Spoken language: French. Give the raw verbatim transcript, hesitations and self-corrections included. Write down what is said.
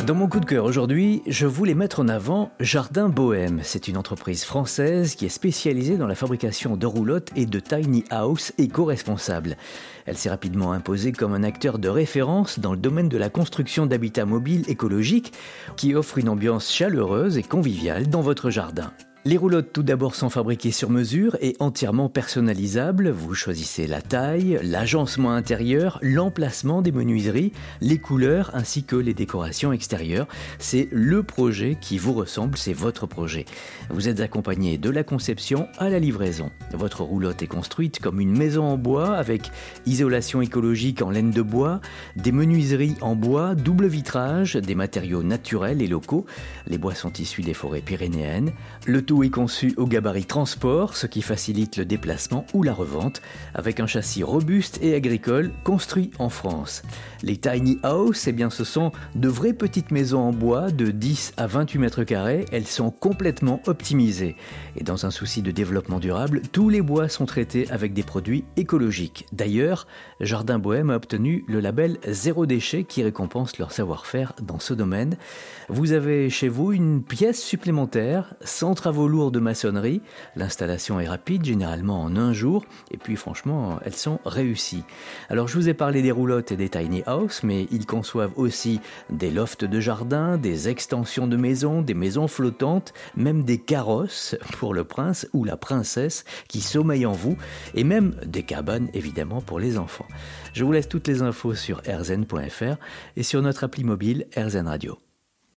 Dans mon coup de cœur aujourd'hui, je voulais mettre en avant Jardin Bohème. C'est une entreprise française qui est spécialisée dans la fabrication de roulottes et de tiny house éco-responsables. Elle s'est rapidement imposée comme un acteur de référence dans le domaine de la construction d'habitats mobiles écologiques qui offrent une ambiance chaleureuse et conviviale dans votre jardin. Les roulottes tout d'abord sont fabriquées sur mesure et entièrement personnalisables. Vous choisissez la taille, l'agencement intérieur, l'emplacement des menuiseries, les couleurs ainsi que les décorations extérieures. C'est le projet qui vous ressemble, c'est votre projet. Vous êtes accompagné de la conception à la livraison. Votre roulotte est construite comme une maison en bois avec isolation écologique en laine de bois, des menuiseries en bois, double vitrage, des matériaux naturels et locaux. Les bois sont issus des forêts pyrénéennes. Le tout est conçu au gabarit transport, ce qui facilite le déplacement ou la revente, avec un châssis robuste et agricole construit en France. Les tiny house, eh bien, ce sont de vraies petites maisons en bois de dix à vingt-huit mètres carrés. Elles sont complètement optimisées. Et dans un souci de développement durable, tous les bois sont traités avec des produits écologiques. D'ailleurs, Jardin Bohème a obtenu le label Zéro Déchet qui récompense leur savoir-faire dans ce domaine. Vous avez chez vous une pièce supplémentaire, sans travaux lourds de maçonnerie. L'installation est rapide, généralement en un jour, et puis franchement, elles sont réussies. Alors je vous ai parlé des roulottes et des tiny house, mais ils conçoivent aussi des lofts de jardin, des extensions de maisons, des maisons flottantes, même des carrosses pour le prince ou la princesse qui sommeille en vous, et même des cabanes évidemment pour les enfants. Je vous laisse toutes les infos sur r zen point f r et sur notre appli mobile R Z N Radio.